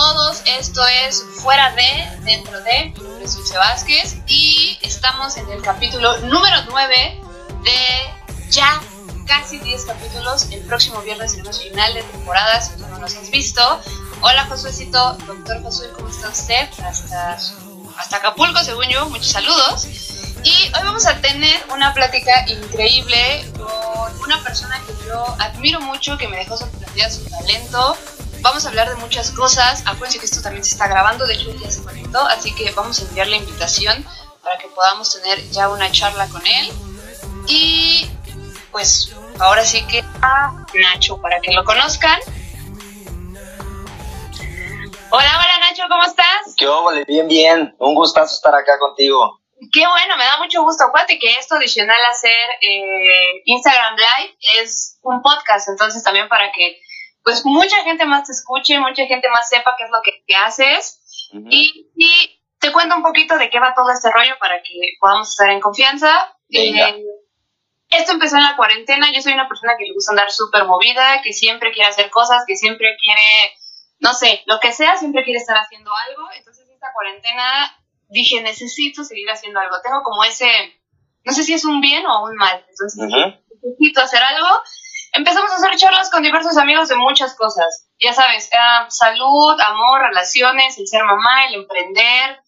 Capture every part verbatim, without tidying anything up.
todos, esto es Fuera de, Dentro de, mi nombre es Dulce Vázquez y estamos en el capítulo número nueve de ya casi diez capítulos. El próximo viernes tenemos final de temporada, si no nos has visto. Hola Josuecito, doctor Josué, ¿cómo está usted? Hasta, hasta Acapulco, según yo, muchos saludos. Y hoy vamos a tener una plática increíble con una persona que yo admiro mucho, que me dejó sorprendida su talento. Vamos a hablar de muchas cosas. Acuérdense que esto también se está grabando, de hecho ya se conectó, así que vamos a enviar la invitación para que podamos tener ya una charla con él. Y pues ahora sí que a Nacho, para que lo conozcan. Hola, hola Nacho, ¿cómo estás? ¿Qué óvole? Bien, bien. Un gustazo estar acá contigo. Qué bueno, me da mucho gusto. Acuérdate que esto adicional a hacer eh, Instagram Live es un podcast, entonces también para que pues mucha gente más te escuche, mucha gente más sepa qué es lo que, que haces. Uh-huh. y, y te cuento un poquito de qué va todo este rollo para que podamos estar en confianza. Eh, esto empezó en la cuarentena. Yo soy una persona que le gusta andar súper movida, que siempre quiere hacer cosas, que siempre quiere, no sé, lo que sea, siempre quiere estar haciendo algo. Entonces esta cuarentena dije, necesito seguir haciendo algo. Tengo como ese, no sé si es un bien o un mal. Entonces uh-huh. necesito hacer algo. Empezamos a hacer charlas con diversos amigos de muchas cosas. Ya sabes, uh, salud, amor, relaciones, el ser mamá, el emprender,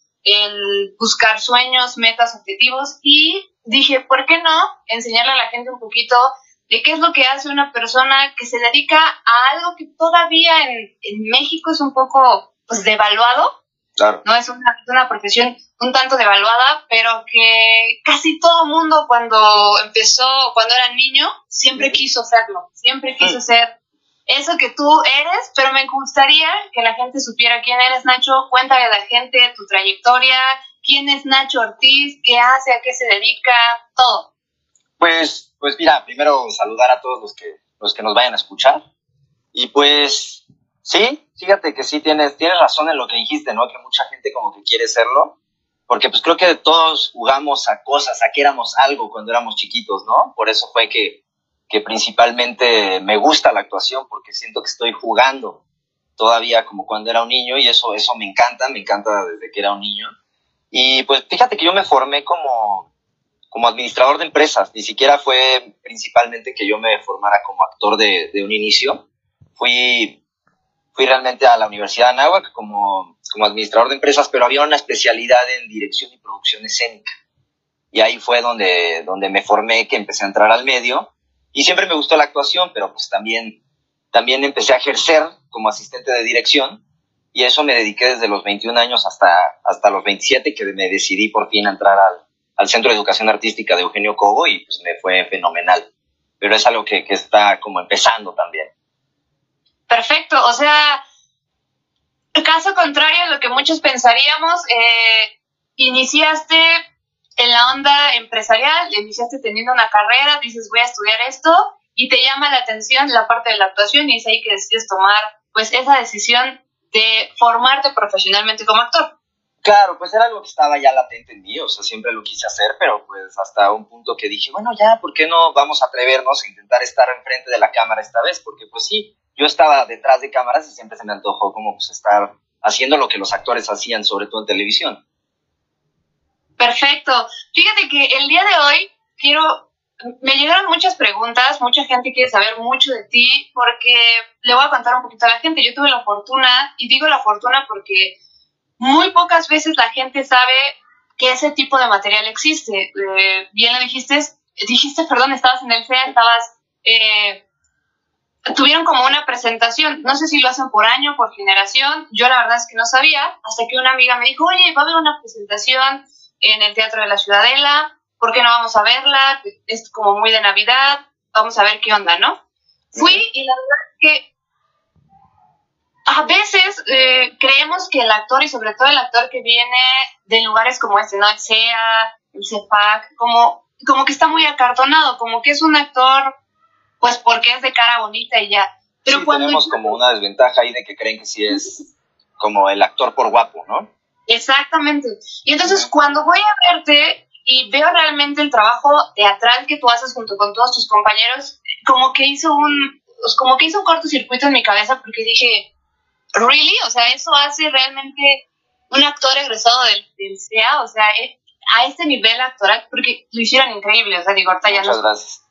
el buscar sueños, metas, objetivos. Y dije, ¿por qué no enseñarle a la gente un poquito de qué es lo que hace una persona que se dedica a algo que todavía en, en México es un poco pues devaluado? Claro. No es una, una profesión un tanto devaluada, pero que casi todo mundo cuando empezó, cuando era niño, siempre sí. quiso serlo, siempre quiso sí. ser eso que tú eres, pero me gustaría que la gente supiera quién eres, Nacho. Cuéntale a la gente tu trayectoria, quién es Nacho Ortiz, qué hace, a qué se dedica, todo. Pues, pues mira, primero saludar a todos los que, los que nos vayan a escuchar, y pues sí, fíjate que sí tienes, tienes razón en lo que dijiste, ¿no? Que mucha gente como que quiere serlo, porque pues creo que todos jugamos a cosas, a que éramos algo cuando éramos chiquitos, ¿no? Por eso fue que, que principalmente me gusta la actuación, porque siento que estoy jugando todavía como cuando era un niño, y eso, eso me encanta, me encanta desde que era un niño. Y pues fíjate que yo me formé como, como administrador de empresas, ni siquiera fue principalmente que yo me formara como actor de, de un inicio. Fui... Fui realmente a la Universidad de Anáhuac como, como administrador de empresas, pero había una especialidad en dirección y producción escénica. Y ahí fue donde, donde me formé, que empecé a entrar al medio. Y siempre me gustó la actuación, pero pues también, también empecé a ejercer como asistente de dirección. Y eso me dediqué desde los veintiún años hasta, hasta los veintisiete, que me decidí por fin a entrar al, al Centro de Educación Artística de Eugenio Cobo, y pues me fue fenomenal. Pero es algo que, que está como empezando también. Perfecto, o sea, caso contrario a lo que muchos pensaríamos, eh, iniciaste en la onda empresarial, iniciaste teniendo una carrera, dices voy a estudiar esto y te llama la atención la parte de la actuación y es ahí que decides tomar pues esa decisión de formarte profesionalmente como actor. Claro, pues era algo que estaba ya latente en mí, o sea, siempre lo quise hacer, pero pues hasta un punto que dije, bueno, ya, ¿por qué no vamos a atrevernos a intentar estar enfrente de la cámara esta vez? Porque pues sí, yo estaba detrás de cámaras y siempre se me antojó como pues estar haciendo lo que los actores hacían, sobre todo en televisión. Perfecto. Fíjate que el día de hoy quiero, me llegaron muchas preguntas, mucha gente quiere saber mucho de ti, porque le voy a contar un poquito a la gente. Yo tuve la fortuna, y digo la fortuna porque muy pocas veces la gente sabe que ese tipo de material existe. Eh, bien lo dijiste, dijiste, perdón, estabas en el C E A, estabas... Eh, tuvieron como una presentación, no sé si lo hacen por año, por generación, yo la verdad es que no sabía, hasta que una amiga me dijo, oye, va a haber una presentación en el Teatro de la Ciudadela, ¿por qué no vamos a verla? Es como muy de Navidad, vamos a ver qué onda, ¿no? Fui y la verdad es que a veces eh, creemos que el actor, y sobre todo el actor que viene de lugares como este, ¿no? El C E A, el CEPAC, como, como que está muy acartonado, como que es un actor... pues porque es de cara bonita y ya. Pero sí, cuando tenemos yo... como una desventaja ahí de que creen que sí es como el actor por guapo, ¿no? Exactamente. Y entonces cuando voy a verte y veo realmente el trabajo teatral que tú haces junto con todos tus compañeros, como que hizo un, pues como que hizo un cortocircuito en mi cabeza porque dije, ¿really? O sea, eso hace realmente un actor egresado del, del C E A, o sea, es, a este nivel actoral, porque lo hicieron increíble, o sea, digo, ahorita ya no. Muchas gracias.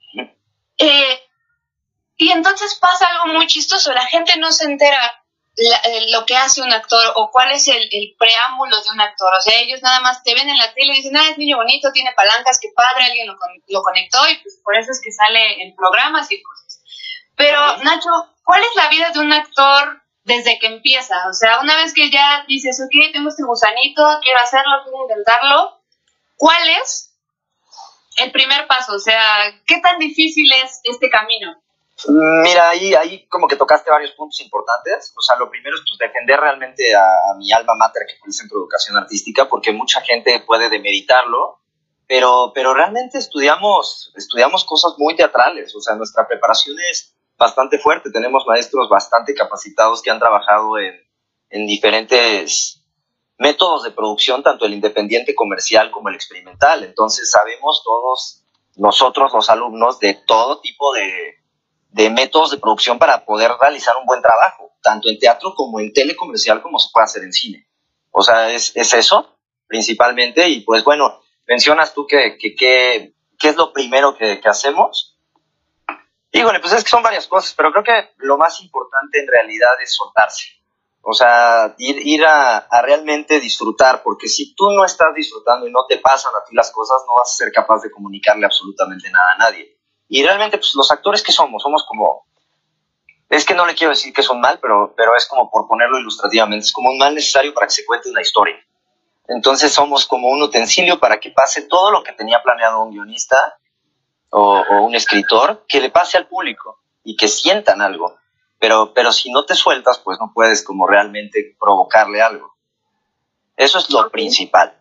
Eh, y entonces pasa algo muy chistoso, la gente no se entera la, eh, lo que hace un actor o cuál es el, el preámbulo de un actor, o sea, ellos nada más te ven en la tele y dicen, ah, es niño bonito, tiene palancas, qué padre, alguien lo, lo conectó y pues por eso es que sale en programas y cosas. Pero, uh-huh. Nacho, ¿cuál es la vida de un actor desde que empieza? O sea, una vez que ya dices, ok, tengo este gusanito, quiero hacerlo, quiero intentarlo, ¿cuál es el primer paso? O sea, ¿qué tan difícil es este camino? Mira, ahí, ahí como que tocaste varios puntos importantes. O sea, lo primero es pues, defender realmente a, a mi alma mater, que fue el Centro de Educación Artística, porque mucha gente puede demeritarlo, pero, pero realmente estudiamos, estudiamos cosas muy teatrales. O sea, nuestra preparación es bastante fuerte. Tenemos maestros bastante capacitados que han trabajado en, en diferentes métodos de producción, tanto el independiente comercial como el experimental. Entonces sabemos todos nosotros, los alumnos, de todo tipo de de métodos de producción para poder realizar un buen trabajo, tanto en teatro como en telecomercial, como se puede hacer en cine. O sea, es, es eso, principalmente, y pues bueno, mencionas tú que, que, que, ¿qué es lo primero que, que hacemos? Híjole, pues es que son varias cosas, pero creo que lo más importante en realidad es soltarse. O sea, ir, ir a, a realmente disfrutar, porque si tú no estás disfrutando y no te pasan a ti las cosas, no vas a ser capaz de comunicarle absolutamente nada a nadie. Y realmente, pues, los actores que somos, somos como, es que no le quiero decir que es un mal, pero, pero es como por ponerlo ilustrativamente, es como un mal necesario para que se cuente una historia. Entonces somos como un utensilio para que pase todo lo que tenía planeado un guionista o, o un escritor, que le pase al público y que sientan algo. Pero, pero si no te sueltas, pues no puedes como realmente provocarle algo. Eso es lo principal.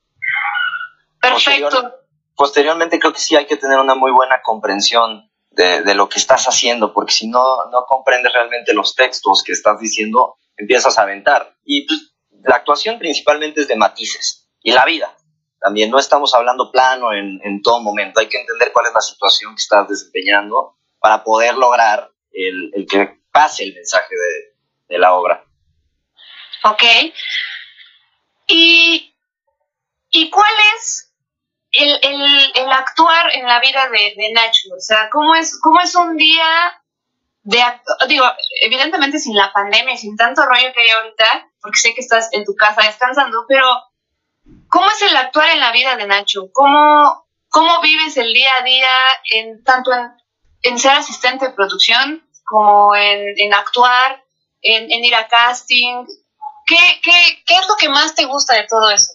Perfecto. Posterior, posteriormente creo que sí hay que tener una muy buena comprensión de, de lo que estás haciendo, porque si no, no comprendes realmente los textos que estás diciendo, empiezas a aventar. Y pues, la actuación principalmente es de matices. Y la vida también, no estamos hablando plano en, en todo momento. Hay que entender cuál es la situación que estás desempeñando para poder lograr el, el que pase el mensaje de, de la obra. Ok. ¿Y, y cuál es el, el, el actuar en la vida de, de Nacho? O sea, ¿cómo es, cómo es un día de acto? Digo, evidentemente sin la pandemia, sin tanto rollo que hay ahorita, porque sé que estás en tu casa descansando, pero ¿cómo es el actuar en la vida de Nacho? ¿Cómo, cómo vives el día a día, en, tanto en, en ser asistente de producción como en, en actuar, en, en ir a casting? ¿Qué, qué, ¿Qué es lo que más te gusta de todo eso?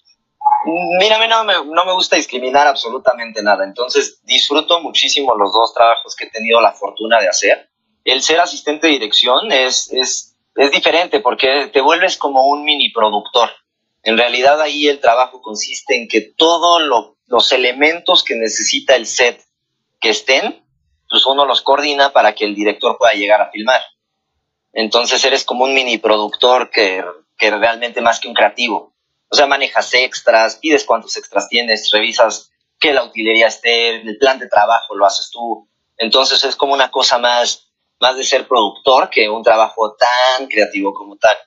Mira, a mí no me, no me gusta discriminar absolutamente nada, entonces disfruto muchísimo los dos trabajos que he tenido la fortuna de hacer. El ser asistente de dirección es, es, es diferente porque te vuelves como un mini productor. En realidad ahí el trabajo consiste en que todos lo, los elementos que necesita el set que estén, pues uno los coordina para que el director pueda llegar a filmar. Entonces eres como un mini productor que, que realmente más que un creativo. O sea, manejas extras, pides cuántos extras tienes, revisas que la utilería esté, el plan de trabajo lo haces tú. Entonces es como una cosa más, más de ser productor que un trabajo tan creativo como tal.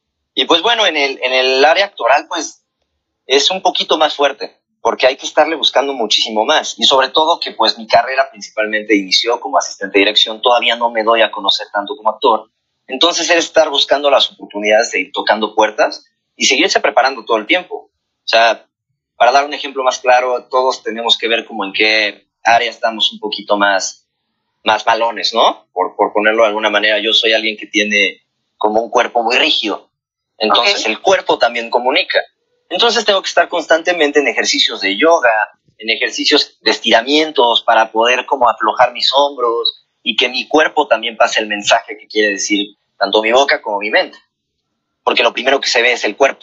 Y pues bueno, en el, en el área actoral pues es un poquito más fuerte, porque hay que estarle buscando muchísimo más. Y sobre todo que pues mi carrera principalmente inició como asistente de dirección, todavía no me doy a conocer tanto como actor. Entonces es estar buscando las oportunidades de ir tocando puertas y seguirse preparando todo el tiempo. O sea, para dar un ejemplo más claro, todos tenemos que ver como en qué área estamos un poquito más, más malones, ¿no? Por, por ponerlo de alguna manera, yo soy alguien que tiene como un cuerpo muy rígido. Entonces okay. El cuerpo también comunica. Entonces tengo que estar constantemente en ejercicios de yoga, en ejercicios de estiramientos para poder como aflojar mis hombros y que mi cuerpo también pase el mensaje que quiere decir tanto mi boca como mi mente. Porque lo primero que se ve es el cuerpo.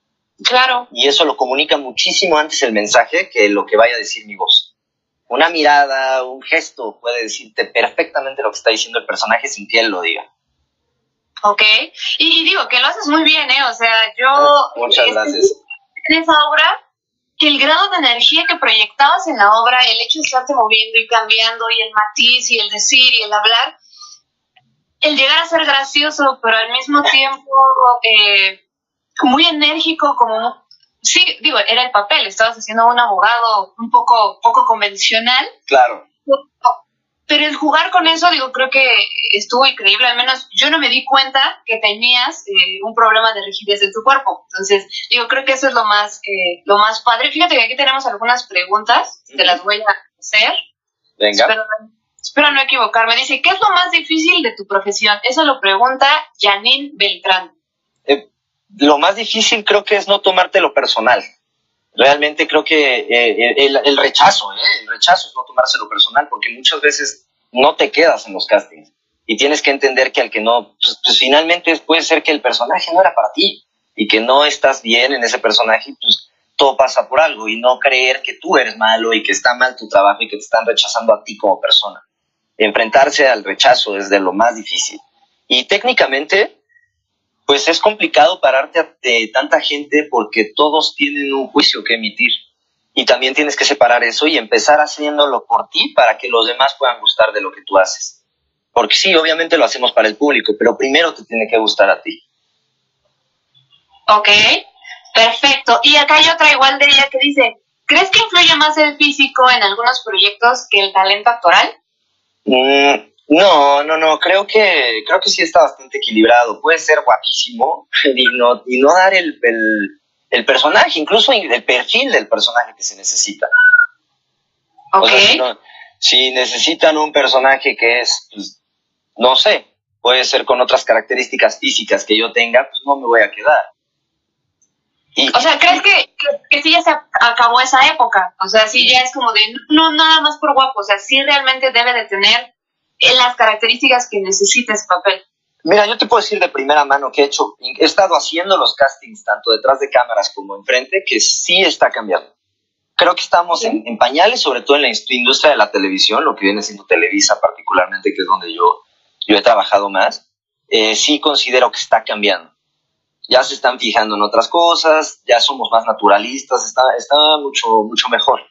Claro. Y eso lo comunica muchísimo antes el mensaje que lo que vaya a decir mi voz. Una mirada, un gesto puede decirte perfectamente lo que está diciendo el personaje sin que él lo diga. Ok. Y, y digo que lo haces muy bien, ¿eh? O sea, yo... Muchas gracias. En esa obra, que el grado de energía que proyectabas en la obra, el hecho de estarte moviendo y cambiando, y el matiz, y el decir, y el hablar... el llegar a ser gracioso, pero al mismo tiempo eh, muy enérgico, como, sí, digo, era el papel, estabas haciendo un abogado un poco, poco convencional. Claro. Pero el jugar con eso, digo, creo que estuvo increíble. Al menos yo no me di cuenta que tenías eh, un problema de rigidez en tu cuerpo. Entonces, digo, creo que eso es lo más, eh, lo más padre. Fíjate que aquí tenemos algunas preguntas, te las voy a hacer. Venga. Espero, espero no equivocarme. Dice, ¿qué es lo más difícil de tu profesión? Eso lo pregunta Janine Beltrán. Eh, lo más difícil creo que es no tomártelo personal. Realmente creo que eh, el, el rechazo, ¿eh? el rechazo es no tomárselo personal, porque muchas veces no te quedas en los castings y tienes que entender que al que no, pues, pues finalmente puede ser que el personaje no era para ti y que no estás bien en ese personaje, pues todo pasa por algo, y no creer que tú eres malo y que está mal tu trabajo y que te están rechazando a ti como persona. Enfrentarse al rechazo es de lo más difícil. Y técnicamente, pues es complicado pararte de tanta gente porque todos tienen un juicio que emitir. Y también tienes que separar eso y empezar haciéndolo por ti para que los demás puedan gustar de lo que tú haces. Porque sí, obviamente lo hacemos para el público, pero primero te tiene que gustar a ti. Ok, perfecto. Y acá hay otra igual de ella que dice, ¿crees que influye más el físico en algunos proyectos que el talento actoral? Mm, no, no, no, creo que, creo que sí está bastante equilibrado. Puede ser guapísimo y no, y no dar el, el, el personaje, incluso el perfil del personaje que se necesita. Ok. O sea, si, no, si necesitan un personaje que es, pues, no sé, puede ser con otras características físicas que yo tenga, pues no me voy a quedar. Y, o sea, ¿crees que, que, que sí ya se acabó esa época? O sea, sí ya es como de, no nada más por guapo, o sea, sí realmente debe de tener las características que necesita ese papel. Mira, yo te puedo decir de primera mano que he hecho, he estado haciendo los castings tanto detrás de cámaras como enfrente, que sí está cambiando. Creo que estamos ¿Sí? en, en pañales, sobre todo en la industria de la televisión, lo que viene siendo Televisa particularmente, que es donde yo, yo he trabajado más. Eh, sí considero que está cambiando. Ya se están fijando en otras cosas, ya somos más naturalistas, está, está mucho, mucho mejor.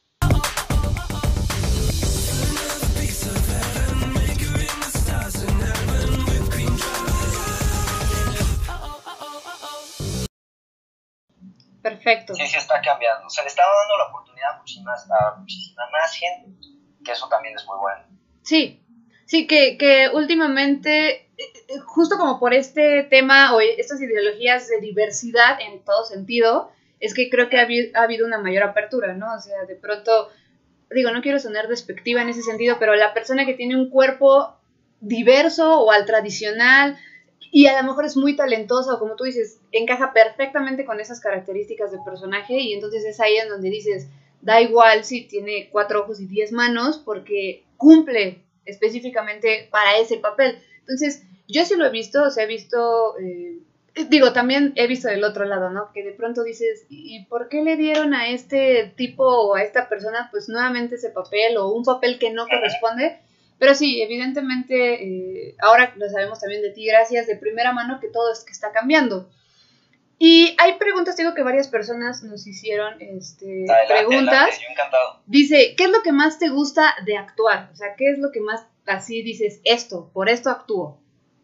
Perfecto. Sí, sí está cambiando. Se le está dando la oportunidad a muchísima, a muchísima más gente, que eso también es muy bueno. Sí, sí, que, que últimamente, justo como por este tema o estas ideologías de diversidad en todo sentido, es que creo que ha habido, ha habido una mayor apertura, ¿no? O sea, de pronto, digo, no quiero sonar despectiva en ese sentido, pero la persona que tiene un cuerpo diverso o al tradicional y a lo mejor es muy talentosa o como tú dices, encaja perfectamente con esas características de personaje y entonces es ahí en donde dices, da igual si tiene cuatro ojos y diez manos porque cumple específicamente para ese papel. Entonces, yo sí lo he visto, o sea, he visto, eh, digo, también he visto del otro lado, ¿no? Que de pronto dices, ¿y por qué le dieron a este tipo o a esta persona pues nuevamente ese papel o un papel que no corresponde? Pero sí, evidentemente, eh, ahora lo sabemos también de ti, gracias, de primera mano, que todo es que está cambiando. Y hay preguntas, digo, que varias personas nos hicieron este, adelante, preguntas. Adelante, yo encantado. Dice, ¿qué es lo que más te gusta de actuar? O sea, ¿qué es lo que más así dices, esto, por esto actúo?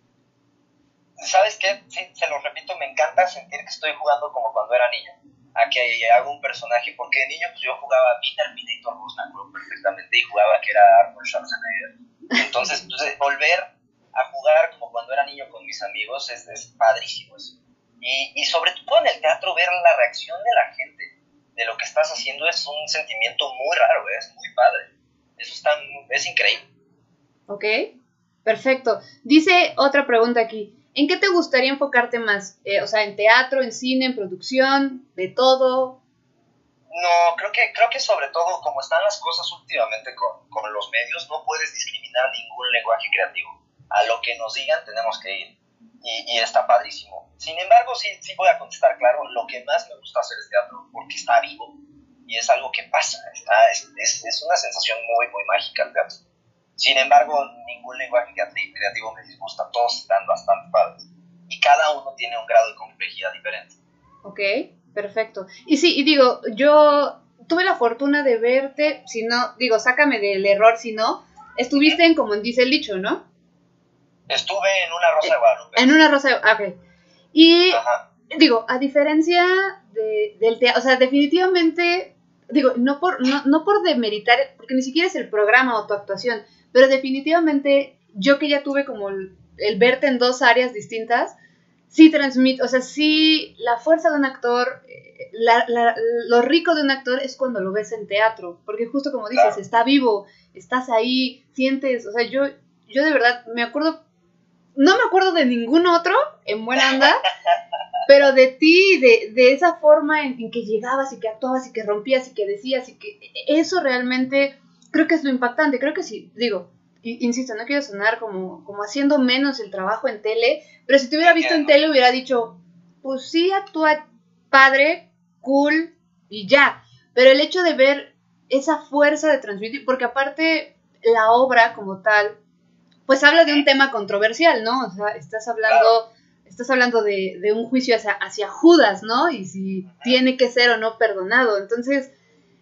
¿Sabes qué? Sí, se lo repito, me encanta sentir que estoy jugando como cuando era niño. A que hago un personaje, porque de niño pues yo jugaba a mi Terminator dos, me acuerdo perfectamente, y jugaba que era Arnold Schwarzenegger. Entonces, pues, volver a jugar como cuando era niño con mis amigos es, es padrísimo eso. Y, y sobre todo en el teatro, ver la reacción de la gente de lo que estás haciendo es un sentimiento muy raro, ¿eh? Es muy padre. Eso está, es increíble. Ok, perfecto. Dice otra pregunta aquí. ¿En qué te gustaría enfocarte más? Eh, o sea, ¿en teatro, en cine, en producción, de todo? No, creo que, creo que sobre todo, como están las cosas últimamente con, con los medios, no puedes discriminar ningún lenguaje creativo. A lo que nos digan tenemos que ir. Y, y está padrísimo. Sin embargo, sí, sí voy a contestar claro, lo que más me gusta hacer es teatro, porque está vivo. Y es algo que pasa. Está, es, es, es una sensación muy, muy mágica el teatro. Sin embargo, ningún lenguaje creativo me disgusta, todos están bastante padres. Y cada uno tiene un grado de complejidad diferente. Ok, perfecto. Y sí, y digo, yo tuve la fortuna de verte, si no, digo, sácame del error si no, estuviste en Como dice el dicho, ¿no? Estuve en Una Rosa de Guadalupe. En Una Rosa de Guadalupe, ok. Y, Ajá. digo, a diferencia de, del teatro, o sea, definitivamente, digo, no por, no, no por demeritar, porque ni siquiera es el programa o tu actuación, pero definitivamente yo que ya tuve como el, el verte en dos áreas distintas, sí transmite, o sea, sí, la fuerza de un actor, la, la, lo rico de un actor es cuando lo ves en teatro, porque justo como dices, Claro. está vivo, estás ahí, sientes, o sea, yo, yo de verdad me acuerdo, no me acuerdo de ningún otro en buena onda, pero de ti, de, de esa forma en, en que llegabas y que actuabas y que rompías y que decías y que eso realmente creo que es lo impactante, creo que sí, digo, insisto, no quiero sonar como, como haciendo menos el trabajo en tele, pero si te hubiera visto en tele hubiera dicho, pues sí actúa padre, cool y ya, pero el hecho de ver esa fuerza de transmitir, porque aparte la obra como tal, pues habla de un tema controversial, ¿no? O sea, estás hablando, estás hablando de, de un juicio hacia, hacia Judas, ¿no? Y si tiene que ser o no perdonado, entonces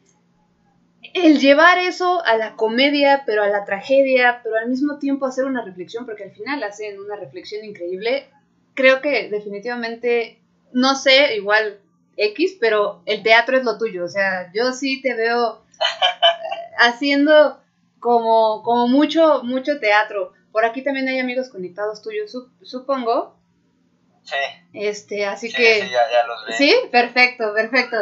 el llevar eso a la comedia, pero a la tragedia, pero al mismo tiempo hacer una reflexión, porque al final hacen una reflexión increíble, creo que definitivamente, no sé, igual X, pero el teatro es lo tuyo, o sea, yo sí te veo haciendo como, como mucho, mucho teatro. Por aquí también hay amigos conectados tuyos, sup- supongo. Sí. Este, así sí, que... Sí, ya, ya los vi. ¿Sí? Perfecto, perfecto.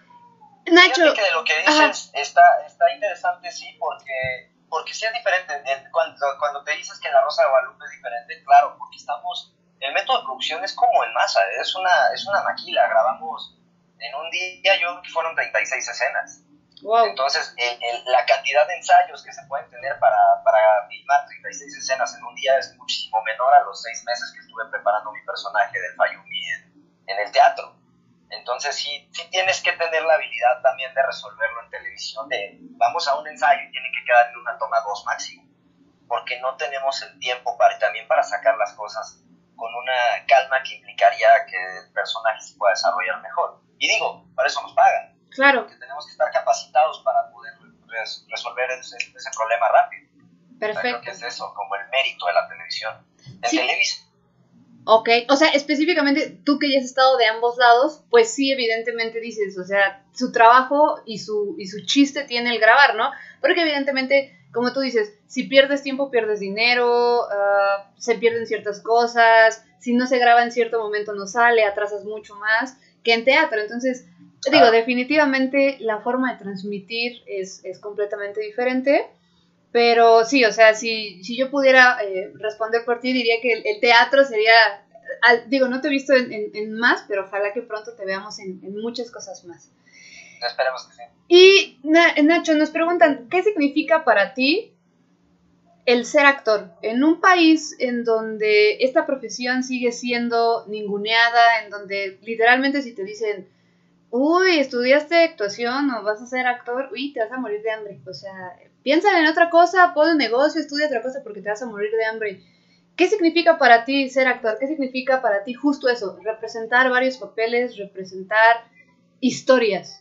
Nacho. Fíjate que de lo que dices está, está interesante, sí, porque, porque sí es diferente. Cuando, cuando te dices que La Rosa de Guadalupe es diferente, claro, porque estamos... El método de producción es como en masa, es una, es una maquila. Grabamos en un día, yo creo que fueron treinta y seis escenas. Wow. Entonces, el, el, la cantidad de ensayos que se pueden tener para, para filmar treinta y seis escenas en un día es muchísimo menor a los seis meses que estuve preparando mi personaje del Fayumi en, en el teatro. Entonces, sí, sí tienes que tener la habilidad también de resolverlo en televisión, de vamos a un ensayo y tiene que quedar en una toma dos máximo, porque no tenemos el tiempo para, también para sacar las cosas con una calma que implicaría que el personaje se pueda desarrollar mejor. Y digo, para eso nos pagan. Claro. Porque tenemos que estar capacitados para poder res resolver ese, ese problema rápido. Perfecto. O sea, creo que es eso, como el mérito de la televisión. En sí. Televisa. Ok, o sea, específicamente tú que ya has estado de ambos lados, pues sí, evidentemente dices, o sea, su trabajo y su, y su chiste tiene el grabar, ¿no? Porque evidentemente, como tú dices, si pierdes tiempo, pierdes dinero, uh, se pierden ciertas cosas, si no se graba en cierto momento no sale, atrasas mucho más que en teatro. Entonces, digo, ah. definitivamente la forma de transmitir es, es completamente diferente. Pero sí, o sea, si, si yo pudiera eh, responder por ti, diría que el, el teatro sería, al, digo, no te he visto en, en, en más, pero ojalá que pronto te veamos en, en muchas cosas más. Esperemos que sí. Y Na, Nacho, nos preguntan, ¿qué significa para ti el ser actor? En un país en donde esta profesión sigue siendo ninguneada, en donde literalmente si te dicen, uy, estudiaste actuación o vas a ser actor, uy, te vas a morir de hambre, o sea... Piensa en otra cosa, pon un negocio, estudia otra cosa porque te vas a morir de hambre. ¿Qué significa para ti ser actor? ¿Qué significa para ti justo eso? Representar varios papeles, representar historias.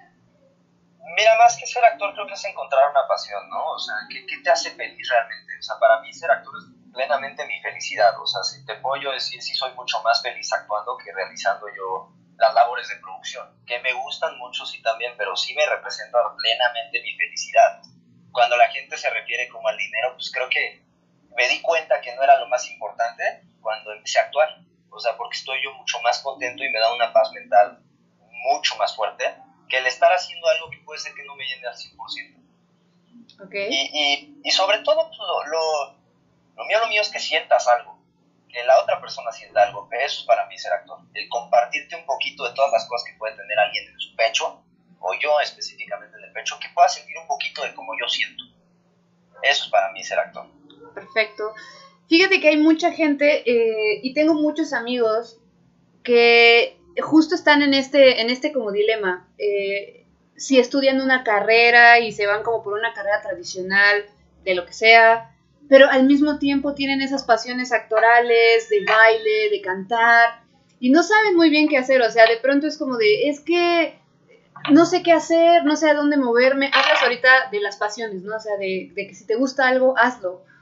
Mira, más que ser actor creo que es encontrar una pasión, ¿no? O sea, ¿qué, qué te hace feliz realmente? O sea, para mí ser actor es plenamente mi felicidad. O sea, si te puedo yo decir, sí soy mucho más feliz actuando que realizando yo las labores de producción, que me gustan mucho, sí también, pero sí me representa plenamente mi felicidad. Cuando la gente se refiere como al dinero, pues creo que me di cuenta que no era lo más importante cuando empecé a actuar. O sea, porque estoy yo mucho más contento y me da una paz mental mucho más fuerte que el estar haciendo algo que puede ser que no me llene al cien por ciento. Okay. Y, y, y sobre todo, pues, lo, lo, lo mío, lo mío es que sientas algo, que la otra persona sienta algo, que eso es para mí ser actor. El compartirte un poquito de todas las cosas que puede tener alguien en su pecho, o yo específicamente en el pecho, que pueda sentir un poquito de cómo yo siento. Eso es para mí ser actor. Perfecto. Fíjate que hay mucha gente, eh, y tengo muchos amigos que justo están en este, en este como dilema. Eh, si estudian una carrera y se van como por una carrera tradicional, de lo que sea, pero al mismo tiempo tienen esas pasiones actorales, de baile, de cantar, y no saben muy bien qué hacer. O sea, de pronto es como de, es que no sé qué hacer, no sé a dónde moverme. Hablas ahorita de las pasiones, ¿no? O sea, de, de que si te gusta algo, hazlo.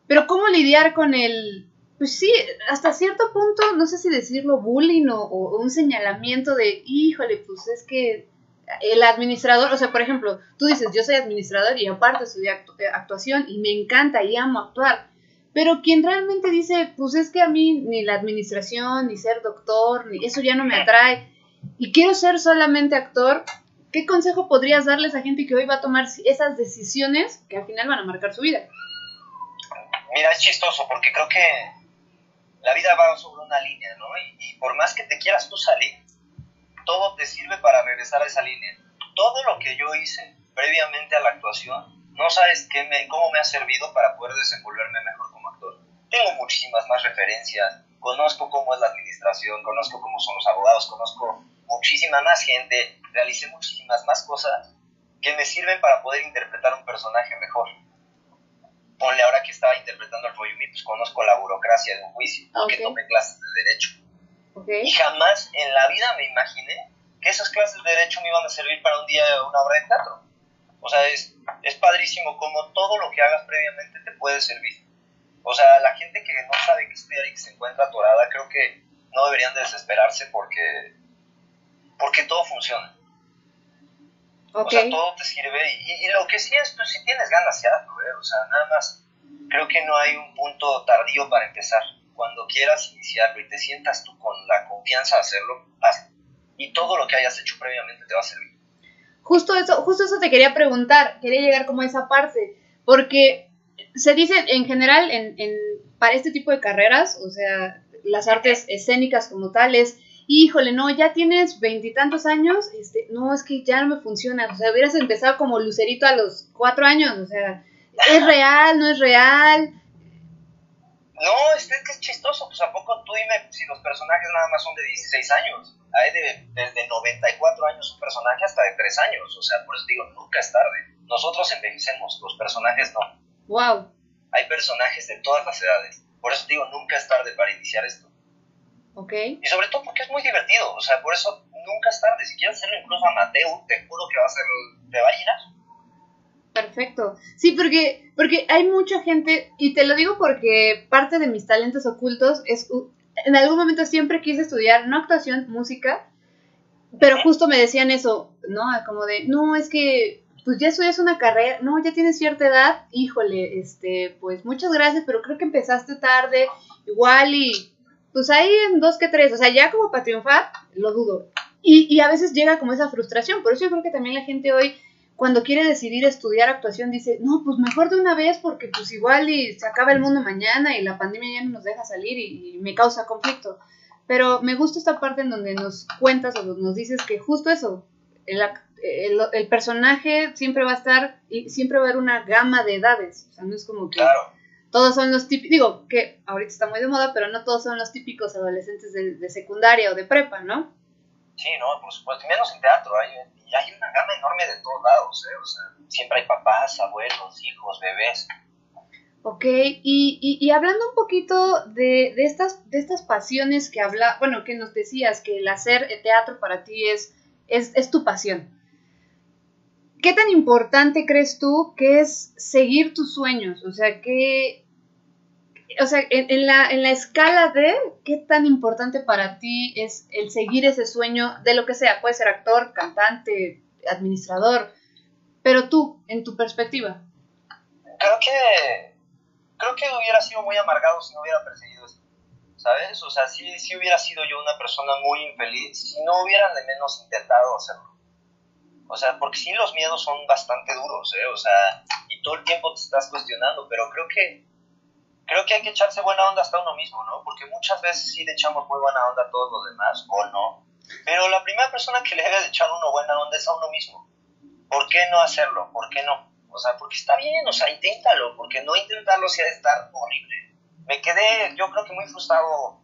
pero ¿cómo lidiar con el, pues sí, hasta cierto punto, no sé si decirlo bullying o, o un señalamiento de, híjole, pues es que el administrador, o sea, por ejemplo, tú dices, yo soy administrador y aparte estudié actu actuación y me encanta y amo actuar, pero quien realmente dice, pues es que a mí ni la administración, ni ser doctor, ni eso ya no me atrae y quiero ser solamente actor, ¿qué consejo podrías darles a gente que hoy va a tomar esas decisiones que al final van a marcar su vida? Mira, es chistoso porque creo que la vida va sobre una línea, ¿no? Y, y por más que te quieras tú salir, todo te sirve para regresar a esa línea. Todo lo que yo hice previamente a la actuación, no sabes qué me, cómo me ha servido para poder desenvolverme mejor como actor. Tengo muchísimas más referencias, conozco cómo es la administración, conozco cómo son los abogados, conozco muchísima más gente, realicé muchísimas más cosas que me sirven para poder interpretar un personaje mejor. Ponle ahora que estaba interpretando al Fuyumi, pues conozco la burocracia de un juicio, porque Okay. tomé clases de derecho. Okay. Y jamás en la vida me imaginé que esas clases de derecho me iban a servir para un día una obra de teatro. O sea, es, es padrísimo como todo lo que hagas previamente te puede servir. O sea, la gente que no sabe qué estudiar y que se encuentra atorada, creo que no deberían de desesperarse porque, porque todo funciona. Okay. O sea, todo te sirve y, y, y lo que sí es, pues si tienes ganas, ya, ¿eh? O sea, nada más, creo que no hay un punto tardío para empezar. Cuando quieras iniciarlo y te sientas tú con la confianza de hacerlo, hazlo. Y todo lo que hayas hecho previamente te va a servir. Justo eso, justo eso te quería preguntar, quería llegar como a esa parte, porque se dice en general en, en, para este tipo de carreras, o sea, las artes escénicas como tales, híjole, no, ya tienes veintitantos años, este, no, es que ya no me funciona, o sea, hubieras empezado como Lucerito a los cuatro años, o sea, ¿es real, no es real? No, es que es chistoso, pues a poco tú dime si los personajes nada más son de dieciséis años, hay de, desde noventa y cuatro años un personaje hasta de tres años, o sea, por eso digo, nunca es tarde, nosotros envejecemos, los personajes no. Wow. Hay personajes de todas las edades, por eso digo, nunca es tarde para iniciar esto. Okay. Y sobre todo porque es muy divertido, o sea, por eso nunca es tarde. Si quieres hacerlo incluso amateur, te juro que va a ser, te va a llenar. Perfecto. Sí, porque, porque hay mucha gente, y te lo digo porque parte de mis talentos ocultos es, en algún momento siempre quise estudiar, no actuación, música, pero justo me decían eso, ¿no? Como de, no, es que, pues ya estudias una carrera, no, ya tienes cierta edad, híjole, este, pues muchas gracias, pero creo que empezaste tarde, igual y... pues ahí en dos que tres, o sea, ya como para triunfar, lo dudo. Y, y a veces llega como esa frustración, por eso yo creo que también la gente hoy, cuando quiere decidir estudiar actuación, dice, no, pues mejor de una vez, porque pues igual y se acaba el mundo mañana y la pandemia ya no nos deja salir y, y me causa conflicto. Pero me gusta esta parte en donde nos cuentas o nos dices que justo eso, el, el, el personaje siempre va a estar, y siempre va a haber una gama de edades, o sea, no es como que... Claro. Todos son los típicos, digo, que ahorita está muy de moda, pero no todos son los típicos adolescentes de, de secundaria o de prepa, ¿no? Sí, no, por supuesto, menos en teatro, hay, y hay una gama enorme de todos lados, ¿eh? O sea, siempre hay papás, abuelos, hijos, bebés. Ok, y, y, y hablando un poquito de, de, estas, de estas pasiones que habla, bueno, que nos decías que el hacer teatro para ti es, es, es tu pasión. ¿Qué tan importante crees tú que es seguir tus sueños? O sea, que... O sea, en, en, la, en la escala de qué tan importante para ti es el seguir ese sueño de lo que sea, puede ser actor, cantante, administrador, pero tú, en tu perspectiva. Creo que, creo que hubiera sido muy amargado si no hubiera perseguido esto, ¿sabes? O sea, sí, sí hubiera sido yo una persona muy infeliz si no hubiera de menos intentado hacerlo. O sea, porque sí los miedos son bastante duros, ¿eh? O sea, y todo el tiempo te estás cuestionando, pero creo que Creo que hay que echarse buena onda hasta uno mismo, ¿no? Porque muchas veces sí le echamos muy buena onda a todos los demás, o no. Pero la primera persona que le debe de echar uno buena onda es a uno mismo. ¿Por qué no hacerlo? ¿Por qué no? O sea, porque está bien, o sea, inténtalo. Porque no intentarlo sí ha de estar horrible. Me quedé, yo creo que muy frustrado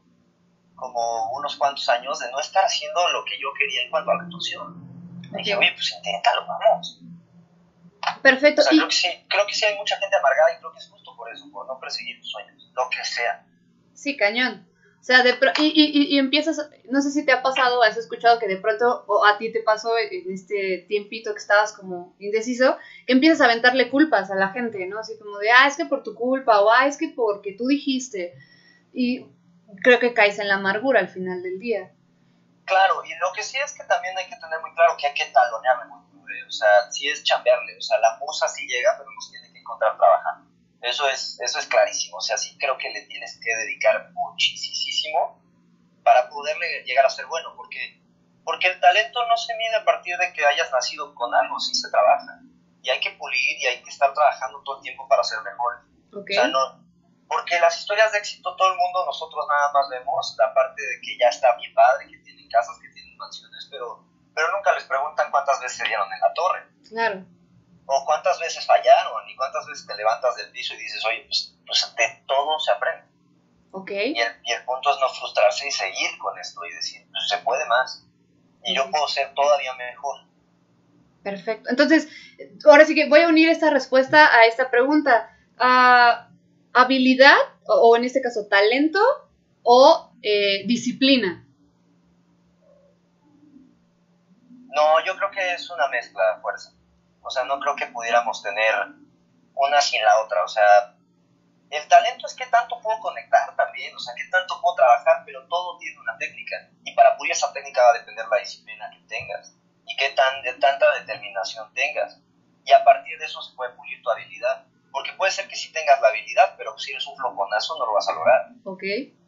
como unos cuantos años de no estar haciendo lo que yo quería en cuanto a la actuación. Me dije, oye, pues inténtalo, vamos. Perfecto. O sea, creo que sí, creo que sí hay mucha gente amargada y creo que es justo por eso, por no perseguir tus sueños, lo que sea. Sí, cañón. O sea, de pro- y, y, y empiezas, no sé si te ha pasado, has escuchado que de pronto, o a ti te pasó en este tiempito que estabas como indeciso, que empiezas a aventarle culpas a la gente, ¿no? Así como de, ah, es que por tu culpa, o ah, es que porque tú dijiste. Y creo que caes en la amargura al final del día. Claro, y lo que sí es que también hay que tener muy claro que hay que talonearle mucho, ¿eh? O sea, sí es chambearle, o sea, la musa sí llega, pero nos tiene que encontrar trabajando. Eso es, eso es clarísimo, o sea, sí creo que le tienes que dedicar muchísimo para poderle llegar a ser bueno, porque, porque el talento no se mide a partir de que hayas nacido con algo, sí se trabaja. Y hay que pulir y hay que estar trabajando todo el tiempo para ser mejores. Okay. O sea, no, porque las historias de éxito todo el mundo, nosotros nada más vemos la parte de que ya está bien padre, que tienen casas, que tienen mansiones, pero, pero nunca les preguntan cuántas veces se dieron en la torre. Claro. O cuántas veces fallaron, y cuántas veces te levantas del piso y dices, oye, pues, pues de todo se aprende. Okay. Y el, y el punto es no frustrarse y seguir con esto y decir, pues se puede más. Y yo puedo ser todavía mejor. Perfecto. Entonces, ahora sí que voy a unir esta respuesta a esta pregunta. Uh, ¿Habilidad, o, o en este caso talento, o eh, disciplina? No, yo creo que es una mezcla de fuerza. O sea, no creo que pudiéramos tener una sin la otra. O sea, el talento es qué tanto puedo conectar también, o sea, qué tanto puedo trabajar, pero todo tiene una técnica. Y para pulir esa técnica va a depender la disciplina que tengas y qué tan, de tanta determinación tengas. Y a partir de eso se puede pulir tu habilidad. Porque puede ser que sí tengas la habilidad, pero si eres un flojonazo no lo vas a lograr. Ok.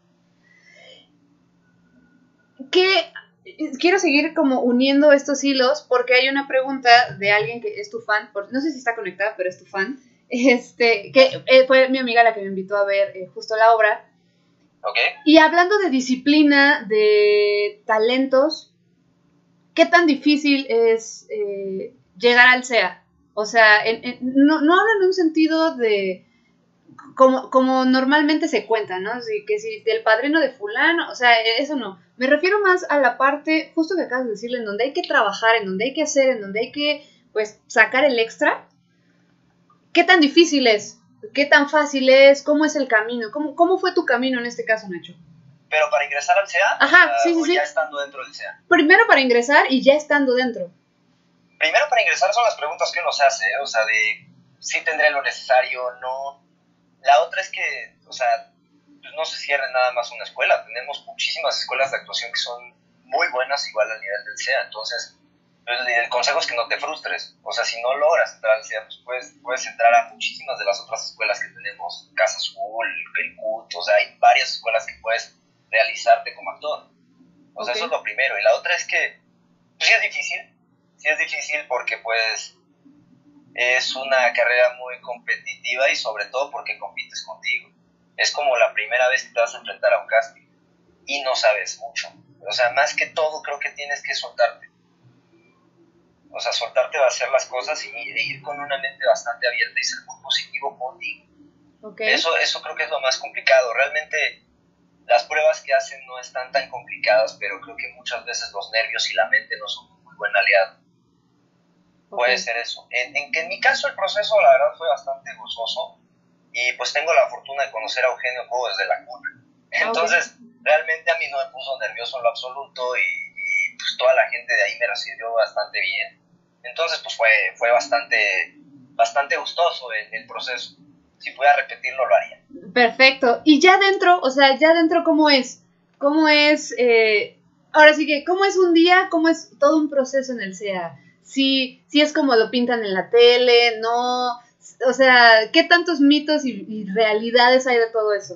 ¿Qué? Quiero seguir como uniendo estos hilos porque hay una pregunta de alguien que es tu fan, por, no sé si está conectada, pero es tu fan, este, que eh, fue mi amiga la que me invitó a ver eh, justo la obra. Okay. Y hablando de disciplina, de talentos, ¿qué tan difícil es eh, llegar al C E A? O sea, en, en, no, no hablo en un sentido de como, como normalmente se cuenta, ¿no? Así que si del padrino de fulano, o sea, eso no. Me refiero más a la parte, justo que acabas de decirle, en donde hay que trabajar, en donde hay que hacer, en donde hay que, pues, sacar el extra. ¿Qué tan difícil es? ¿Qué tan fácil es? ¿Cómo es el camino? ¿Cómo, cómo fue tu camino en este caso, Nacho? ¿Pero para ingresar al C E A? Ajá, o sea, sí, sí, o sí. ya estando dentro del C E A. Primero para ingresar y ya estando dentro. Primero para ingresar son las preguntas que uno se hace, ¿eh? O sea, de si tendré lo necesario o no. La otra es que, o sea, pues no se cierre nada más una escuela. Tenemos muchísimas escuelas de actuación que son muy buenas, igual al nivel del C E A. Entonces, el consejo es que no te frustres. O sea, si no logras entrar al C E A, pues puedes, puedes entrar a muchísimas de las otras escuelas que tenemos. Casa Azul, el C U T, o sea, hay varias escuelas que puedes realizarte como actor. O sea, okay. Eso es lo primero. Y la otra es que, pues sí es difícil. Sí es difícil porque, pues, es una carrera muy competitiva y sobre todo porque compites contigo. Es como la primera vez que te vas a enfrentar a un casting y no sabes mucho. O sea, más que todo creo que tienes que soltarte. O sea, soltarte va a hacer las cosas y ir con una mente bastante abierta y ser muy positivo contigo. Okay. Eso, eso creo que es lo más complicado. Realmente las pruebas que hacen no están tan complicadas, pero creo que muchas veces los nervios y la mente no son un muy buen aliado. Okay. Puede ser eso. En, en, en mi caso el proceso la verdad fue bastante gozoso y pues tengo la fortuna de conocer a Eugenio Cobo desde la cuna. Entonces okay. Realmente a mí no me puso nervioso en lo absoluto y, y pues toda la gente de ahí me recibió bastante bien. Entonces pues fue, fue bastante, bastante gustoso el, el proceso. Si pudiera repetirlo lo haría. Perfecto. Y ya dentro, o sea, ya dentro ¿cómo es? ¿Cómo es? Eh, ahora sí que, ¿cómo es un día? ¿Cómo es todo un proceso en el C E A? Si, si es como lo pintan en la tele, no, o sea, ¿qué tantos mitos y, y realidades hay de todo eso?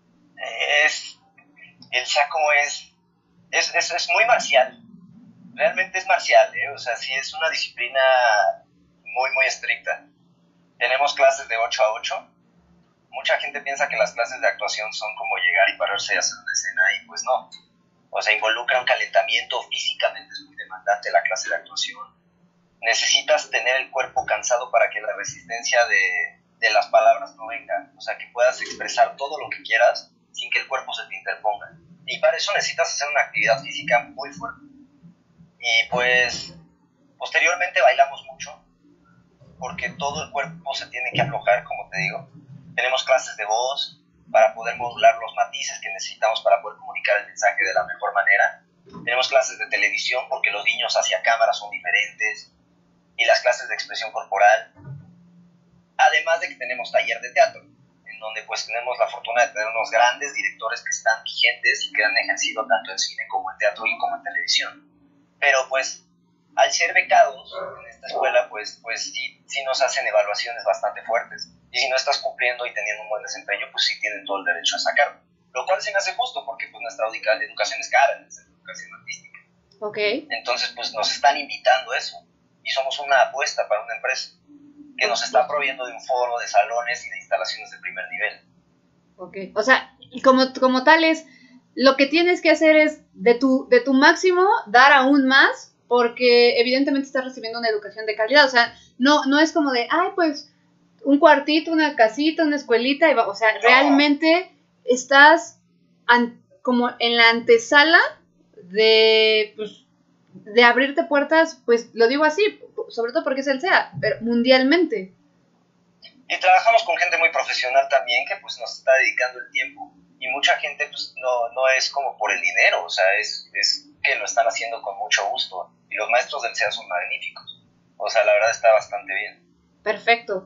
Es, el C E A como es, es, es, es muy marcial, realmente es marcial, ¿eh? O sea, sí es una disciplina muy, muy estricta. Tenemos clases de ocho a ocho, mucha gente piensa que las clases de actuación son como llegar y pararse y hacer una escena y pues no, o sea, involucra un calentamiento, físicamente es muy demandante la clase de actuación. Necesitas tener el cuerpo cansado para que la resistencia de, de las palabras no venga. O sea, que puedas expresar todo lo que quieras sin que el cuerpo se te interponga. Y para eso necesitas hacer una actividad física muy fuerte. Y pues, posteriormente bailamos mucho, porque todo el cuerpo se tiene que aflojar, como te digo. Tenemos clases de voz, para poder modular los matices que necesitamos para poder comunicar el mensaje de la mejor manera. Tenemos clases de televisión porque los guiños hacia cámara son diferentes, y las clases de expresión corporal. Además de que tenemos taller de teatro, en donde pues tenemos la fortuna de tener unos grandes directores que están vigentes y que han ejercido tanto en cine como en teatro y como en televisión. Pero pues al ser becados en esta escuela, pues, pues sí, sí nos hacen evaluaciones bastante fuertes. Y si no estás cumpliendo y teniendo un buen desempeño, pues sí tienen todo el derecho a sacarlo. Lo cual se me hace justo porque pues nuestra educación es cara en el centro de educación artística. Okay. Entonces pues nos están invitando a eso. Y somos una apuesta para una empresa que nos está proveyendo de un foro, de salones y de instalaciones de primer nivel. Ok, o sea, como, como tal es, lo que tienes que hacer es de tu, de tu máximo dar aún más, porque evidentemente estás recibiendo una educación de calidad, o sea, no, no es como de, ay, pues, un cuartito, una casita, una escuelita, y va, o sea, no. Realmente estás an, como en la antesala de, pues, de abrirte puertas, pues, lo digo así, sobre todo porque es el C E A, pero mundialmente. Y trabajamos con gente muy profesional también que pues nos está dedicando el tiempo. Y mucha gente pues no, no es como por el dinero, o sea, es, es que lo están haciendo con mucho gusto. Y los maestros del C E A son magníficos. O sea, la verdad está bastante bien. Perfecto.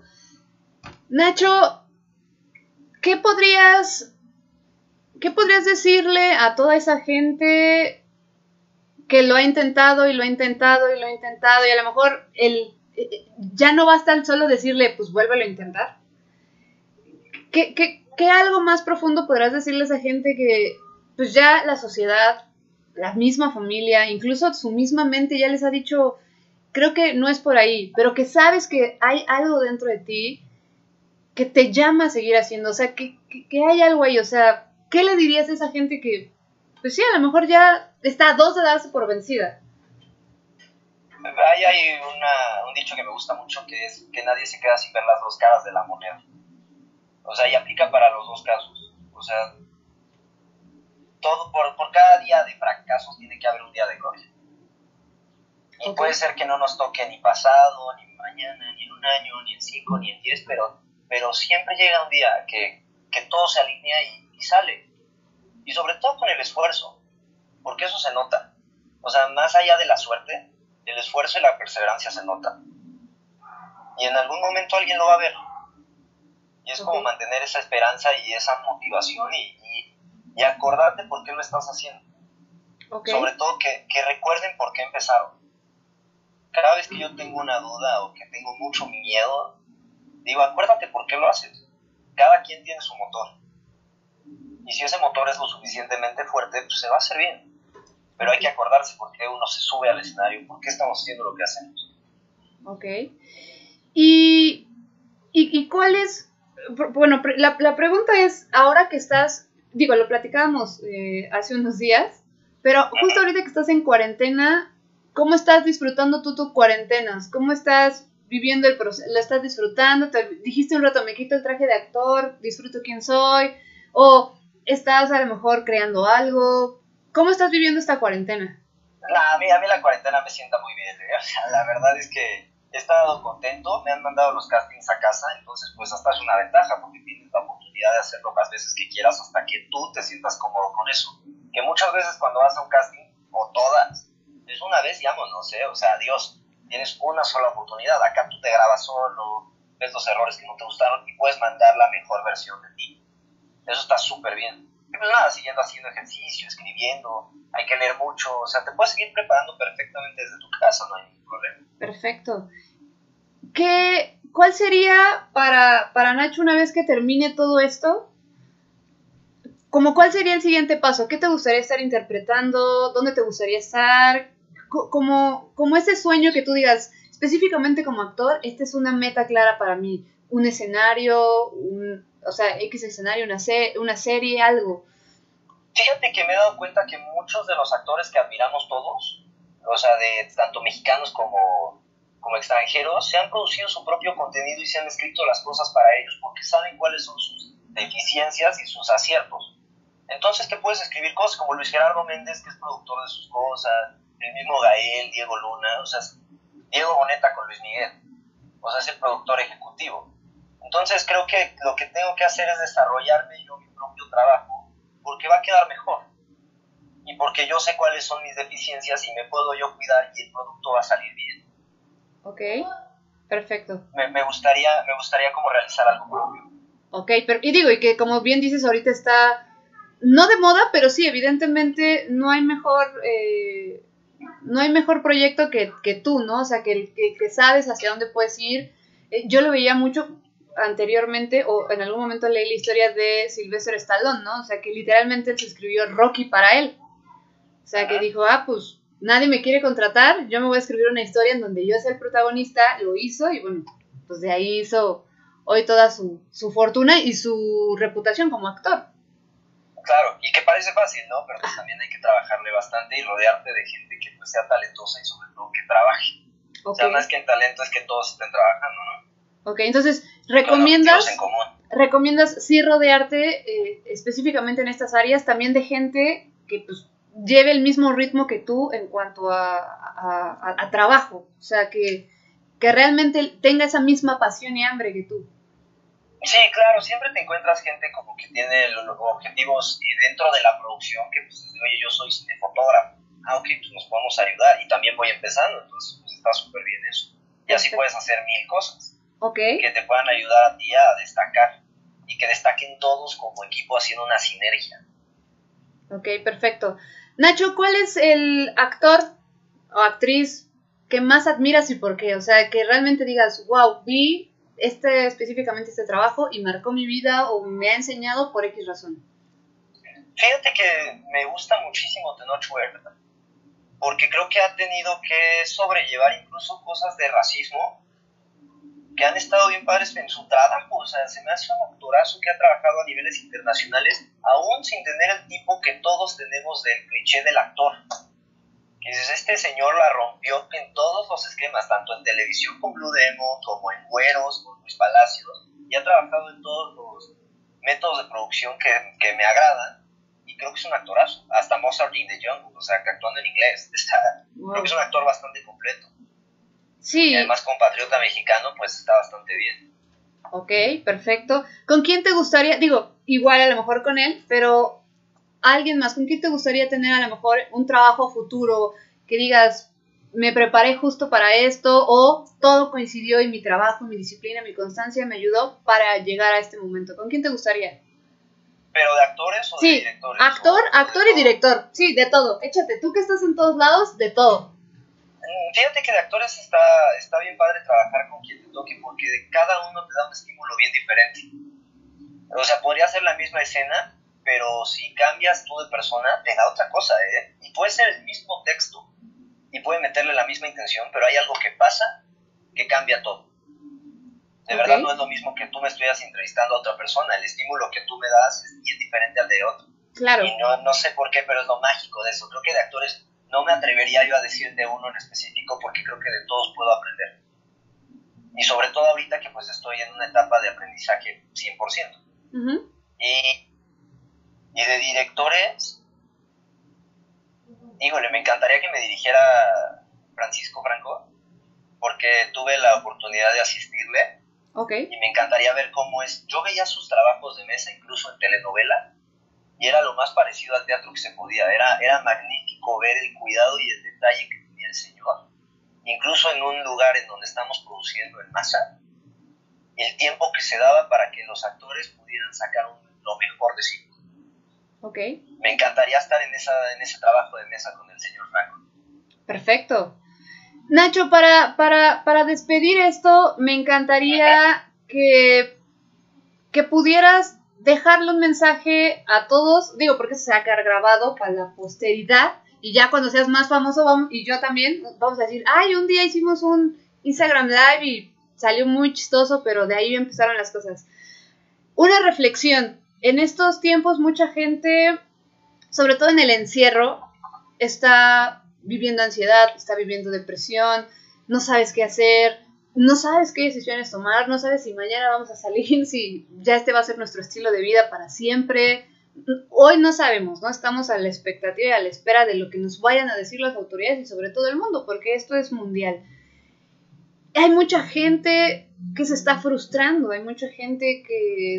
Nacho, ¿qué podrías, qué podrías decirle a toda esa gente que lo ha intentado y lo ha intentado y lo ha intentado y a lo mejor el, ya no basta el solo decirle, pues vuélvelo a intentar? ¿Qué, qué, qué algo más profundo podrás decirle a esa gente que pues ya la sociedad, la misma familia, incluso su misma mente ya les ha dicho, creo que no es por ahí, pero que sabes que hay algo dentro de ti que te llama a seguir haciendo, o sea, que, que, que hay algo ahí, o sea, ¿qué le dirías a esa gente que, pues sí, a lo mejor ya está a dos de darse por vencida? Ahí hay una, un dicho que me gusta mucho, que es que nadie se queda sin ver las dos caras de la moneda. O sea, y aplica para los dos casos. O sea, todo por, por cada día de fracasos tiene que haber un día de gloria. Y okay. Puede ser que no nos toque ni pasado, ni mañana, ni en un año, ni en cinco, ni en diez, pero, pero siempre llega un día que, que todo se alinea y, y sale. Y sobre todo con el esfuerzo, porque eso se nota. O sea, más allá de la suerte, el esfuerzo y la perseverancia se notan. Y en algún momento alguien lo va a ver. Y es okay. Como mantener esa esperanza y esa motivación y, y, y acordarte por qué lo estás haciendo. Okay. Sobre todo que, que recuerden por qué empezaron. Cada vez que yo tengo una duda o que tengo mucho miedo, digo, acuérdate por qué lo haces. Cada quien tiene su motor. Y si ese motor es lo suficientemente fuerte, pues se va a hacer bien. Pero hay que acordarse por qué uno se sube al escenario, por qué estamos haciendo lo que hacemos. Ok. ¿Y, y, y cuál es? Bueno, la, la pregunta es, ahora que estás, digo, lo platicábamos eh, hace unos días, pero justo ahorita que estás en cuarentena, ¿cómo estás disfrutando tú tus cuarentenas? ¿Cómo estás viviendo el proceso? ¿Lo estás disfrutando? Te dijiste un rato, me quito el traje de actor, disfruto quién soy, o estás a lo mejor creando algo. ¿Cómo estás viviendo esta cuarentena? Nah, a, mí, a mí la cuarentena me sienta muy bien, ¿eh? O sea, la verdad es que he estado contento, me han mandado los castings a casa, entonces pues hasta es una ventaja porque tienes la oportunidad de hacerlo las veces que quieras hasta que tú te sientas cómodo con eso. Que muchas veces cuando vas a un casting, o todas, es una vez y vámonos, ¿eh? O sea, adiós, tienes una sola oportunidad, acá tú te grabas solo, ves los errores que no te gustaron y puedes mandar la mejor versión de ti. Eso está súper bien. Y pues nada, siguiendo haciendo ejercicio, escribiendo, hay que leer mucho, o sea, te puedes seguir preparando perfectamente desde tu casa, no hay ningún problema. Perfecto. ¿Qué, ¿Cuál sería para, para Nacho una vez que termine todo esto? Como ¿cuál sería el siguiente paso? ¿Qué te gustaría estar interpretando? ¿Dónde te gustaría estar? Como, como ese sueño que tú digas, específicamente como actor, esta es una meta clara para mí. Un escenario, un, o sea, X escenario, una, se- una serie, algo. Fíjate que me he dado cuenta que muchos de los actores que admiramos todos, o sea, de tanto mexicanos como, como extranjeros, se han producido su propio contenido y se han escrito las cosas para ellos porque saben cuáles son sus deficiencias y sus aciertos. Entonces te puedes escribir cosas como Luis Gerardo Méndez, que es productor de sus cosas, el mismo Gael, Diego Luna, o sea, Diego Boneta con Luis Miguel, o sea, es el productor ejecutivo. Entonces creo que lo que tengo que hacer es desarrollarme yo mi propio trabajo porque va a quedar mejor. Y porque yo sé cuáles son mis deficiencias y me puedo yo cuidar y el producto va a salir bien. Ok, perfecto. Me, me, gustaría, me gustaría como realizar algo propio. Ok, pero, y digo, y que como bien dices, ahorita está, no de moda, pero sí, evidentemente no hay mejor, eh, no hay mejor proyecto que, que tú, ¿no? O sea, que, que, que sabes hacia dónde puedes ir. Eh, yo lo veía mucho anteriormente, o en algún momento leí la historia de Sylvester Stallone, ¿no? O sea, que literalmente él se escribió Rocky para él. O sea, que dijo, ah, pues nadie me quiere contratar, yo me voy a escribir una historia en donde yo sea el protagonista, lo hizo y bueno, pues de ahí hizo hoy toda su, su fortuna y su reputación como actor. Claro, y que parece fácil, ¿no? Pero pues también hay que trabajarle bastante y rodearte de gente que pues sea talentosa y sobre todo que trabaje. Okay. O sea, más que en talento es que todos estén trabajando, ¿no? Ok, entonces, ¿recomiendas, en común. ¿recomiendas sí rodearte eh, específicamente en estas áreas también de gente que pues lleve el mismo ritmo que tú en cuanto a, a, a, a trabajo? O sea, que, que realmente tenga esa misma pasión y hambre que tú. Sí, claro, siempre te encuentras gente como que tiene los objetivos dentro de la producción, que pues, oye, yo soy cinefotógrafo, ah, ok, pues nos podemos ayudar, y también voy empezando, entonces pues está súper bien eso. Y así puedes hacer mil cosas, okay, que te puedan ayudar a ti a destacar, y que destaquen todos como equipo haciendo una sinergia. Ok, perfecto. Nacho, ¿cuál es el actor o actriz que más admiras y por qué? O sea, que realmente digas, wow, vi este específicamente este trabajo y marcó mi vida o me ha enseñado por X razón. Fíjate que me gusta muchísimo Tenoch Huerta, porque creo que ha tenido que sobrellevar incluso cosas de racismo que han estado bien padres en su trabajo. O sea, se me hace un actorazo que ha trabajado a niveles internacionales, aún sin tener el tipo que todos tenemos del cliché del actor. Que dices, este señor la rompió en todos los esquemas, tanto en televisión con Blue Demon, como en Güeros, con Luis Palacios, y ha trabajado en todos los métodos de producción que, que me agradan, y creo que es un actorazo. Hasta Mozart in the Jungle, o sea, que actuando en inglés, está, wow. Creo que es un actor bastante completo. Sí. Y además compatriota mexicano, pues está bastante bien. Ok, perfecto. ¿Con quién te gustaría, digo, igual a lo mejor con él, pero alguien más, ¿con quién te gustaría tener a lo mejor un trabajo futuro que digas, me preparé justo para esto o todo coincidió y mi trabajo, mi disciplina, mi constancia me ayudó para llegar a este momento? ¿Con quién te gustaría? ¿Pero de actores o sí, de directores? Actor, o actor y director, sí, de todo. Échate, tú que estás en todos lados, de todo. Fíjate que de actores está, está bien padre trabajar con quien te toque, porque de cada uno te da un estímulo bien diferente. O sea, podría ser la misma escena, pero si cambias tú de persona, te da otra cosa, ¿eh? Y puede ser el mismo texto, y puede meterle la misma intención, pero hay algo que pasa que cambia todo. De okay. verdad no es lo mismo que tú me estuvieras entrevistando a otra persona. El estímulo que tú me das es bien diferente al de otro. Claro. Y no, no sé por qué, pero es lo mágico de eso. Creo que de actores no me atrevería yo a decir de uno en específico, porque creo que de todos puedo aprender. Y sobre todo ahorita que pues estoy en una etapa de aprendizaje cien por ciento. Uh-huh. Y, y de directores, híjole, me encantaría que me dirigiera Francisco Franco, porque tuve la oportunidad de asistirle. Okay. Y me encantaría ver cómo es. Yo veía sus trabajos de mesa, incluso en telenovela, y era lo más parecido al teatro que se podía. Era, era magnífico ver el cuidado y el detalle que tenía el señor. Incluso en un lugar en donde estamos produciendo en masa, el tiempo que se daba para que los actores pudieran sacar un, lo mejor de sí. Okay. Me encantaría estar en, esa, en ese trabajo de mesa con el señor Franco. Perfecto. Nacho, para, para, para despedir esto, me encantaría que, que pudieras dejarle un mensaje a todos, digo, porque se va a quedar grabado para la posteridad, y ya cuando seas más famoso, vamos, y yo también, vamos a decir, ay, un día hicimos un Instagram Live y salió muy chistoso, pero de ahí empezaron las cosas. Una reflexión. En estos tiempos mucha gente, sobre todo en el encierro, está viviendo ansiedad, está viviendo depresión, no sabes qué hacer, no sabes qué decisiones tomar, no sabes si mañana vamos a salir, si ya este va a ser nuestro estilo de vida para siempre. Hoy no sabemos, ¿no? Estamos a la expectativa y a la espera de lo que nos vayan a decir las autoridades y sobre todo el mundo, porque esto es mundial. Hay mucha gente que se está frustrando, hay mucha gente que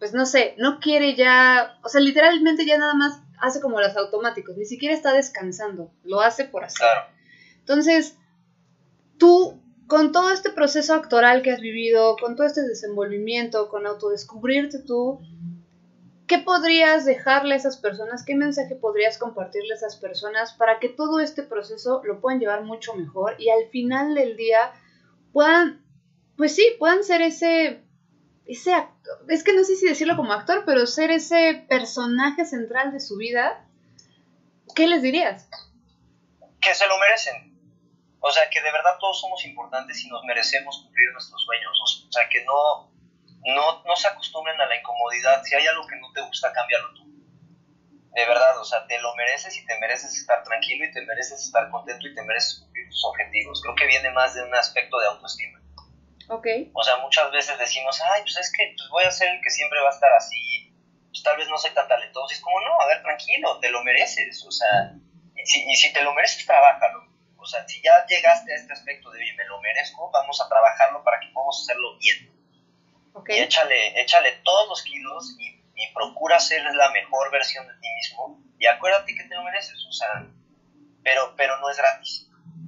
pues no sé, no quiere ya, o sea, literalmente ya nada más hace como los automáticos, ni siquiera está descansando, lo hace por hacer. Claro. Entonces, tú, con todo este proceso actoral que has vivido, con todo este desenvolvimiento, con autodescubrirte tú, ¿qué podrías dejarle a esas personas? ¿Qué mensaje podrías compartirle a esas personas para que todo este proceso lo puedan llevar mucho mejor y al final del día puedan, pues sí, puedan ser ese, ese actor, es que no sé si decirlo como actor, pero ser ese personaje central de su vida? ¿Qué les dirías? Que se lo merecen. O sea, que de verdad todos somos importantes y nos merecemos cumplir nuestros sueños. O sea, que no, no, no se acostumbren a la incomodidad. Si hay algo que no te gusta, cámbialo tú. De verdad, o sea, te lo mereces y te mereces estar tranquilo y te mereces estar contento y te mereces cumplir tus objetivos. Creo que viene más de un aspecto de autoestima. Ok. O sea, muchas veces decimos, ay, pues es que pues voy a ser el que siempre va a estar así. Pues tal vez no soy tan talentoso. Y es como, no, a ver, tranquilo, te lo mereces. O sea, y si, y si te lo mereces, trabájalo. O sea, si ya llegaste a este aspecto de, oye, me lo merezco, vamos a trabajarlo para que podamos hacerlo bien. Okay. Y échale, échale todos los kilos y, y procura ser la mejor versión de ti mismo. Y acuérdate que te lo mereces, o sea, pero, pero no es gratis.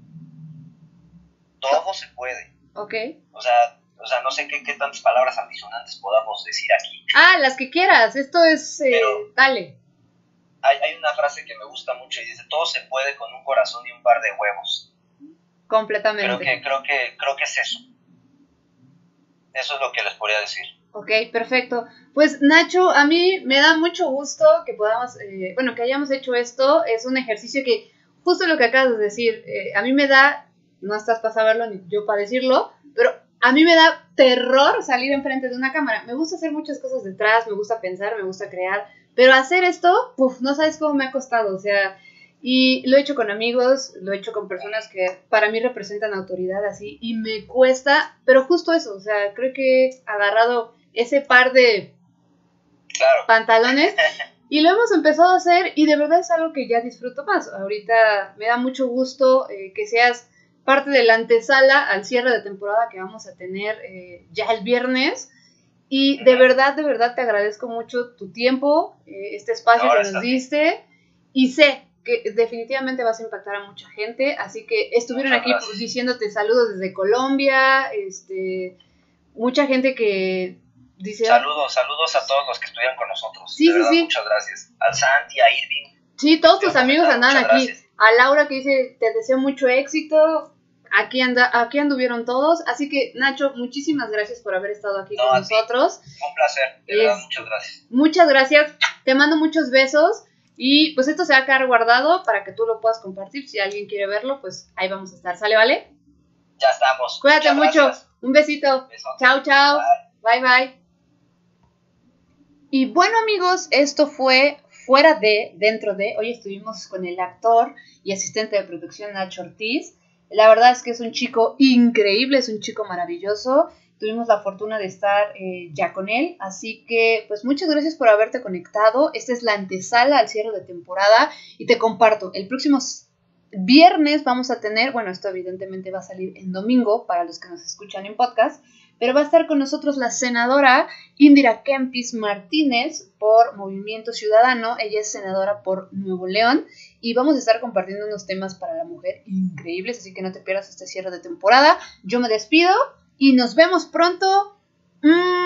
Todo se puede. Ok. O sea, o sea no sé qué, qué tantas palabras altisonantes podamos decir aquí. Ah, las que quieras, esto es, eh, Pero, dale. Hay, hay una frase que me gusta mucho y dice, todo se puede con un corazón y un par de huevos. Completamente. Creo que, creo que, creo que es eso. Eso es lo que les podría decir. Ok, perfecto. Pues Nacho, a mí me da mucho gusto que podamos, eh, bueno, que hayamos hecho esto. Es un ejercicio que, justo lo que acabas de decir, eh, a mí me da, no estás para saberlo ni yo para decirlo, pero a mí me da terror salir enfrente de una cámara. Me gusta hacer muchas cosas detrás, me gusta pensar, me gusta crear, pero hacer esto, puf, no sabes cómo me ha costado, o sea, y lo he hecho con amigos, lo he hecho con personas que para mí representan autoridad así, y me cuesta, pero justo eso, o sea, creo que he agarrado ese par de claro. pantalones y lo hemos empezado a hacer y de verdad es algo que ya disfruto más. Ahorita me da mucho gusto eh, que seas parte de la antesala al cierre de temporada que vamos a tener eh, ya el viernes. Y de verdad, de verdad te agradezco mucho tu tiempo, eh, este espacio Ahora que nos diste. Y sé que definitivamente vas a impactar a mucha gente. Así que estuvieron Muchas aquí gracias. diciéndote saludos desde Colombia. Este, mucha gente que dice... Saludos, saludos a todos los que estuvieron con nosotros. Sí, de sí, verdad, sí. Muchas gracias. Al Santi, a Irving. Sí, todos tus amigos andaban aquí. Gracias. A Laura que dice, te deseo mucho éxito. Aquí, anda, aquí anduvieron todos. Así que, Nacho, muchísimas gracias por haber estado aquí No, con a nosotros. Ti. Un placer, de Es, verdad, muchas gracias. Muchas gracias. Te mando muchos besos. Y pues esto se va a quedar guardado para que tú lo puedas compartir. Si alguien quiere verlo, pues ahí vamos a estar. ¿Sale, vale? Ya estamos. Cuídate muchas mucho. Gracias. Un besito. Besote. Chao, chao. Bye. Bye, bye. Y bueno, amigos, esto fue Fuera de, Dentro de. Hoy estuvimos con el actor y asistente de producción Nacho Ortiz. La verdad es que es un chico increíble, es un chico maravilloso. Tuvimos la fortuna de estar eh, ya con él, así que pues muchas gracias por haberte conectado. Esta es la antesala al cierre de temporada y te comparto, el próximo viernes vamos a tener, bueno, esto evidentemente va a salir en domingo para los que nos escuchan en podcast, pero va a estar con nosotros la senadora Indira Kempis Martínez por Movimiento Ciudadano. Ella es senadora por Nuevo León y vamos a estar compartiendo unos temas para la mujer increíbles, así que no te pierdas este cierre de temporada. Yo me despido y nos vemos pronto. Mm.